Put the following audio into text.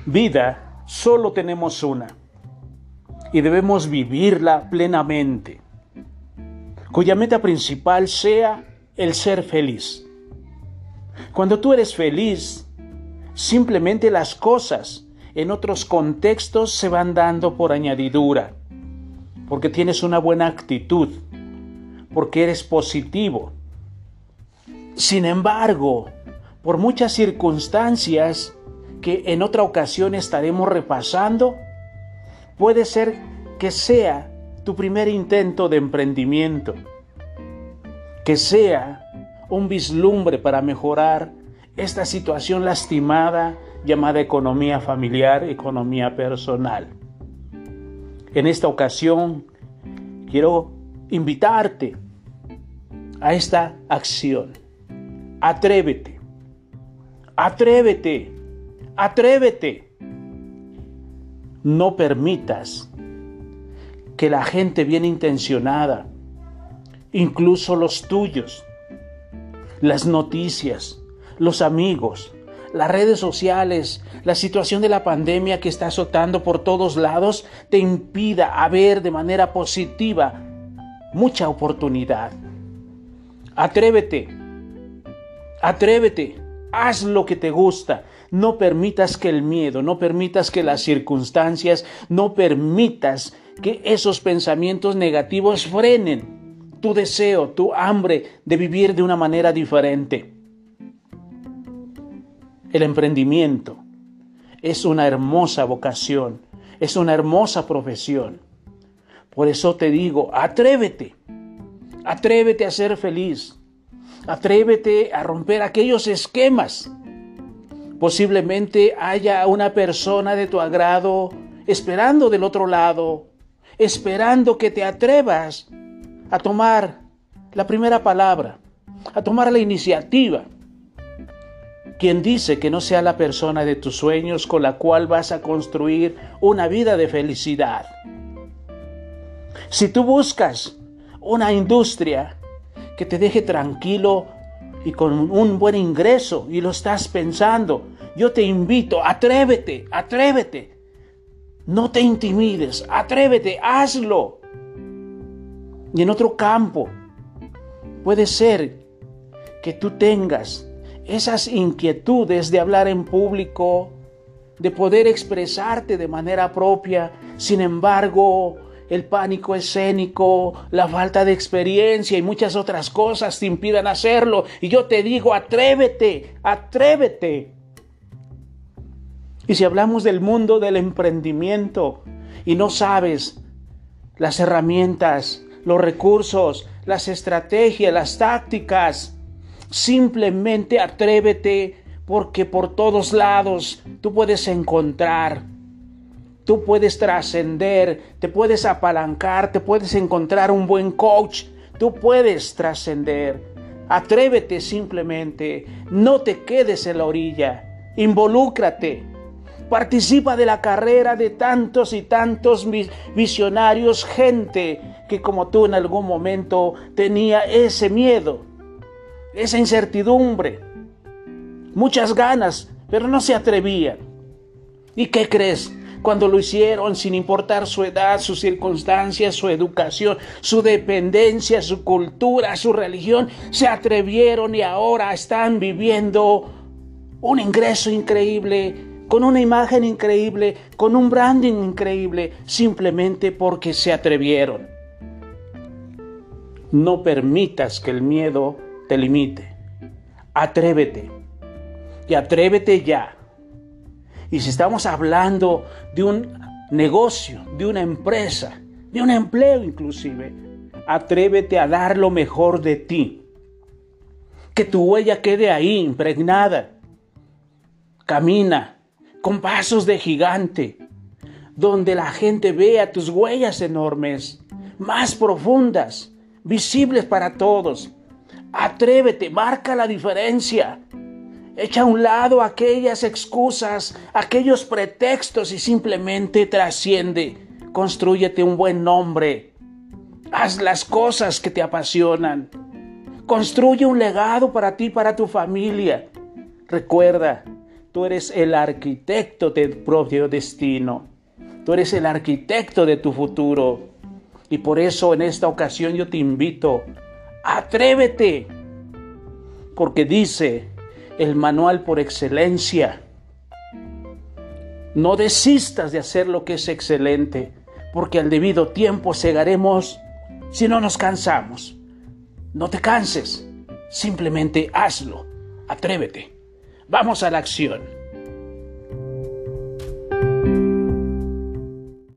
Vida solo tenemos una y debemos vivirla plenamente, cuya meta principal sea el ser feliz. Cuando tú eres feliz, simplemente las cosas en otros contextos se van dando por añadidura, porque tienes una buena actitud, porque eres positivo. Sin embargo, por muchas circunstancias que en otra ocasión estaremos repasando, puede ser que sea tu primer intento de emprendimiento, que sea un vislumbre para mejorar esta situación lastimada llamada economía familiar, economía personal. En esta ocasión, quiero invitarte a esta acción. Atrévete, atrévete, atrévete. No permitas que la gente bien intencionada, incluso los tuyos, las noticias, los amigos, las redes sociales, la situación de la pandemia que está azotando por todos lados, te impida ver de manera positiva mucha oportunidad. Atrévete, atrévete, haz lo que te gusta. No permitas que el miedo, no permitas que las circunstancias, no permitas que esos pensamientos negativos frenen tu deseo, tu hambre de vivir de una manera diferente. El emprendimiento es una hermosa vocación, es una hermosa profesión. Por eso te digo, atrévete, atrévete a ser feliz, atrévete a romper aquellos esquemas. Posiblemente haya una persona de tu agrado esperando del otro lado, esperando que te atrevas a tomar la primera palabra, a tomar la iniciativa. Quien dice que no sea la persona de tus sueños con la cual vas a construir una vida de felicidad. Si tú buscas una industria que te deje tranquilo y con un buen ingreso y lo estás pensando, yo te invito, atrévete, atrévete. No te intimides, atrévete, hazlo. Y en otro campo, puede ser que tú tengas esas inquietudes de hablar en público, de poder expresarte de manera propia. Sin embargo, el pánico escénico, la falta de experiencia y muchas otras cosas te impidan hacerlo. Y yo te digo, atrévete, atrévete. Y si hablamos del mundo del emprendimiento y no sabes las herramientas, los recursos, las estrategias, las tácticas, simplemente atrévete, porque por todos lados tú puedes encontrar, tú puedes trascender, te puedes apalancar, te puedes encontrar un buen coach, tú puedes trascender. Atrévete simplemente, no te quedes en la orilla, involúcrate. Participa de la carrera de tantos y tantos visionarios, gente que como tú en algún momento tenía ese miedo, esa incertidumbre, muchas ganas, pero no se atrevían. ¿Y qué crees? Cuando lo hicieron, sin importar su edad, sus circunstancias, su educación, su dependencia, su cultura, su religión, se atrevieron y ahora están viviendo un ingreso increíble, con una imagen increíble, con un branding increíble, simplemente porque se atrevieron. No permitas que el miedo te limite. Atrévete. Y atrévete ya. Y si estamos hablando de un negocio, de una empresa, de un empleo inclusive, atrévete a dar lo mejor de ti. Que tu huella quede ahí, impregnada. Camina con pasos de gigante, donde la gente vea tus huellas enormes, más profundas, visibles para todos. Atrévete, marca la diferencia. Echa a un lado aquellas excusas, aquellos pretextos y simplemente trasciende. Constrúyete un buen nombre. Haz las cosas que te apasionan. Construye un legado para ti, para tu familia. Recuerda Tú eres el arquitecto de tu propio destino. Tú eres el arquitecto de tu futuro. Y por eso en esta ocasión yo te invito, atrévete. Porque dice el manual por excelencia, no desistas de hacer lo que es excelente, porque al debido tiempo segaremos si no nos cansamos. No te canses, simplemente hazlo, atrévete. Vamos a la acción.